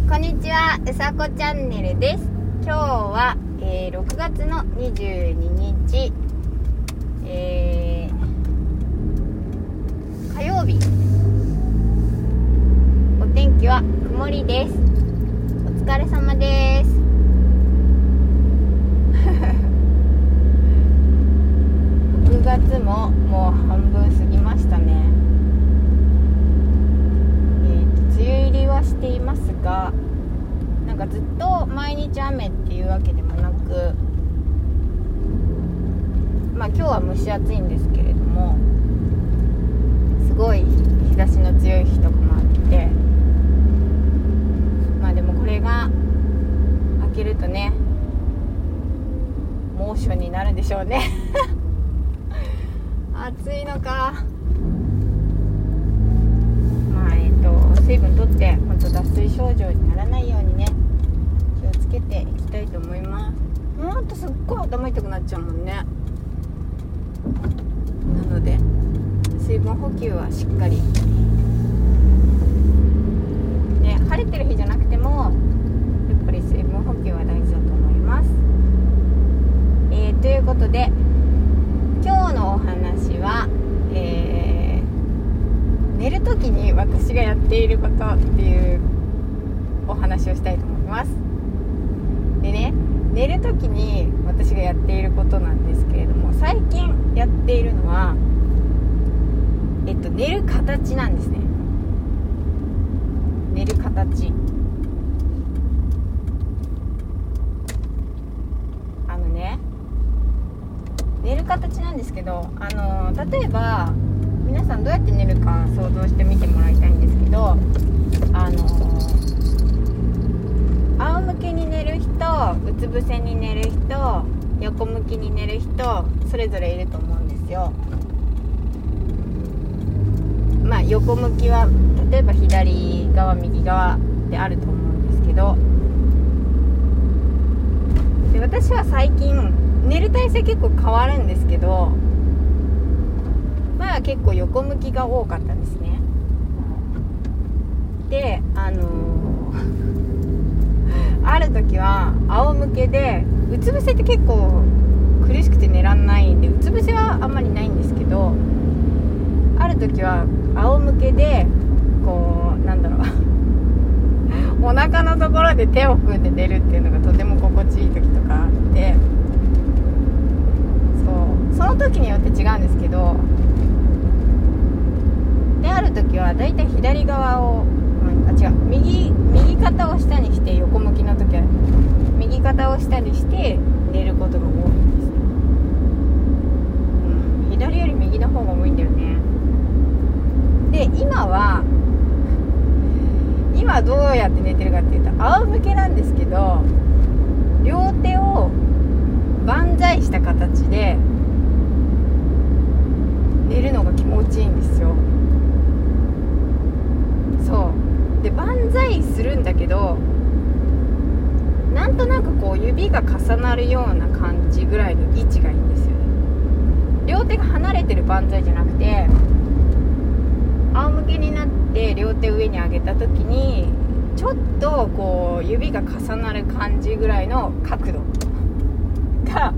こんにちは、うさこチャンネルです。今日は、6月の22日、火曜日。お天気は曇りです。お疲れ様です。6月ももう半分過ぎましたね。梅雨入りはしていますが、なんかずっと毎日雨っていうわけでもなく、まあ今日は蒸し暑いんですけれども、すごい日差しの強い日とかもあって、まあでもこれが明けるとね、猛暑になるでしょうね。暑いのか。水分とって本当脱水症状にならないようにね、気をつけていきたいと思います。ほんとすっごい頭痛くなっちゃうもんね。なので水分補給はしっかりね、晴れてる日じゃなくてもやっぱり水分補給は大事だと思います。ということで今日のお話は、寝るときに私がやっていることっていうお話をしたいと思います。でね、寝るときに私がやっていることなんですけれども、最近やっているのは寝る形なんですね。寝る形、寝る形なんですけど、例えば皆さんどうやって寝るか想像してみてもらいたいんですけど、仰向けに寝る人、うつ伏せに寝る人、横向きに寝る人、それぞれいると思うんですよ。まあ横向きは例えば左側右側であると思うんですけど、で私は最近寝る体勢結構変わるんですけど、前は結構横向きが多かったんですね。で、ある時は仰向けで、うつ伏せって結構苦しくて寝らんないんで、うつ伏せはあんまりないんですけど、ある時は仰向けでこうお腹のところで手を組んで寝るっていうのがとても心地いい時とかあって、その時によって違うんですけど、である時はだいたい左側を右肩を下にして、横向きの時は右肩を下にして寝ることが多いんです。左より右の方が多いんだよね。で今どうやって寝てるかっていうと、仰向けなんですけど、両手を万歳した形で寝るのが気持ちいいんですよ。そうで、万歳するんだけど、なんとなくこう指が重なるような感じぐらいの位置がいいんですよね。両手が離れてる万歳じゃなくて、仰向けになって両手上に上げた時にちょっとこう指が重なる感じぐらいの角度が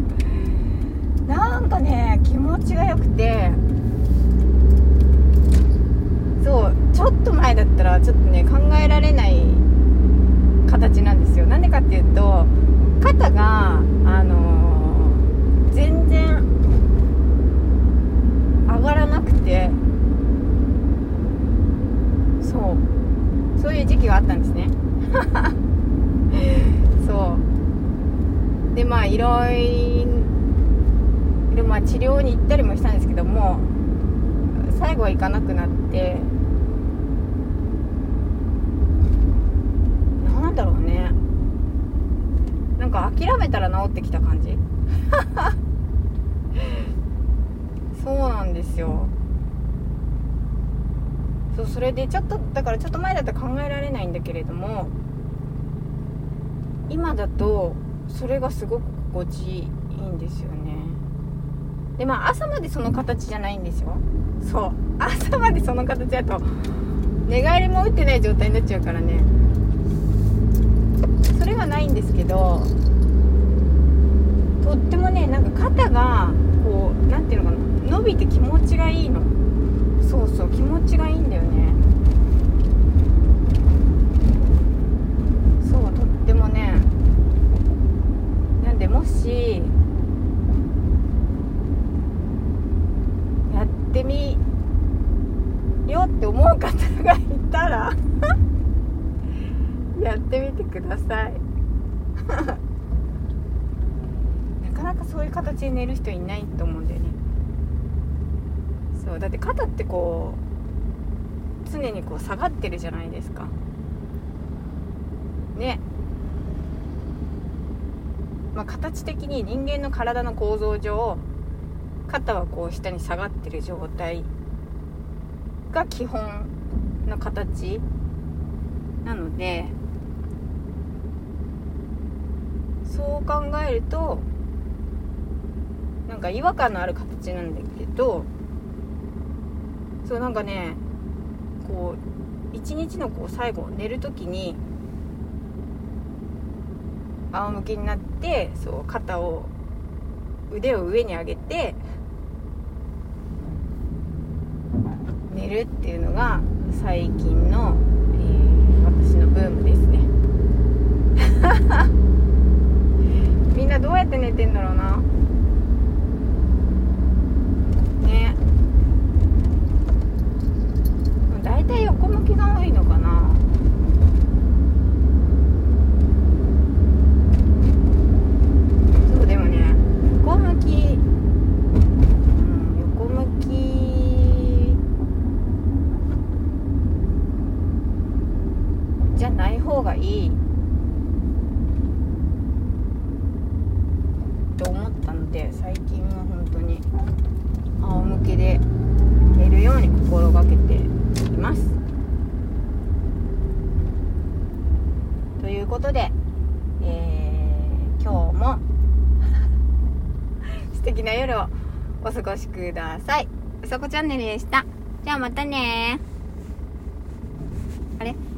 なんかね、気持ちがよくて、そう、ちょっと前だったらちょっとね、考えられない形なんですよ。なんでかっていうと、肩が全然上がらなくて、そういう時期があったんですね。そうで、まあいろいろ治療に行ったりもしたんですけども、最後は行かなくなって、なんだろうね、なんか諦めたら治ってきた感じ。そうなんですよ。それでちょっと前だったら考えられないんだけれども、今だとそれがすごく心地いいんですよね。で、朝までその形じゃないんですよ。そう、朝までその形だと寝返りも打ってない状態になっちゃうからね。 ではないんですけど、とってもね、なんか肩がこうなんていうのかな、伸びて気持ちがいいの。そうそう、気持ちがいいんだよね。そう、とってもね。なんでもしやってみようって思う方がいたらやってみてくださいなかなかそういう形で寝る人いないと思うんだよね。そうだって肩ってこう常にこう下がってるじゃないですかね。まあ、形的に人間の体の構造上、肩はこう下に下がってる状態が基本の形なので、そう考えるとなんか違和感のある形なんだけど、そうなんかね、こう一日のこう最後寝るときに仰向けになって、そう肩を腕を上に上げて寝るっていうのが最近の、私のブームですねみんなどうやって寝てんだろうなね。だいたい横向きが多いのかな。そうでもね、横向き、横向きじゃない方がいいと思ったので、最近は本当に仰向けで寝るように心がけています。ということで、今日も素敵な夜をお過ごしください。うさこチャンネルでした。じゃあまたね。あれ